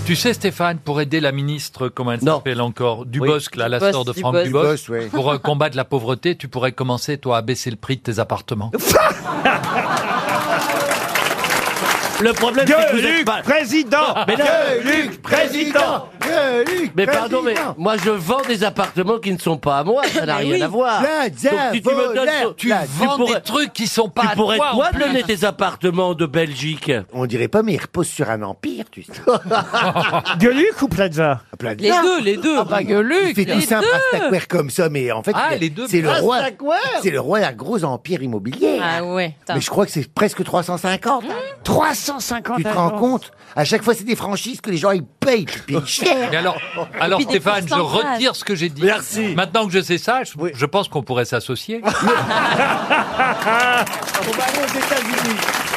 Tu sais, Stéphane, pour aider la ministre, comment elle s'appelle encore, Dubosc, là, la Dubosc, sœur de Franck Dubosc. Dubosc, ouais. pour combattre la pauvreté, tu pourrais commencer, toi, à baisser le prix de tes appartements. Le problème, c'est que vous êtes Gueuluc, pas... président. Mais non, Gueuluc, président. Gueuluc, mais pardon, mais président. moi je vends des appartements qui ne sont pas à moi, ça n'a rien à voir. Plaza, Donc si tu me donnes... voleur. Tu Là, vends pourrais- des trucs qui sont pas Tu à pourrais toi, toi en plus. donner tes appartements de Belgique. On dirait pas, mais il repose sur un empire, tu sais. Gueuluc ou Plaza? Plaza. Les deux. Ah bah Gueuluc. Il fait tout simple, Rastaquaire comme ça, mais en fait, Ah, les deux. c'est le roi. Rastaquaire. C'est le roi d'un gros empire immobilier. Ah ouais. Mais je crois que c'est presque 350. 350 Tu te rends compte? À chaque fois, c'est des franchises que les gens ils payent, tu payes cher. Mais alors puis des Stéphane, je pourcentages. retire ce que j'ai dit. Merci. Maintenant que je sais ça, Oui. je pense qu'on pourrait s'associer. On va aller aux États-Unis.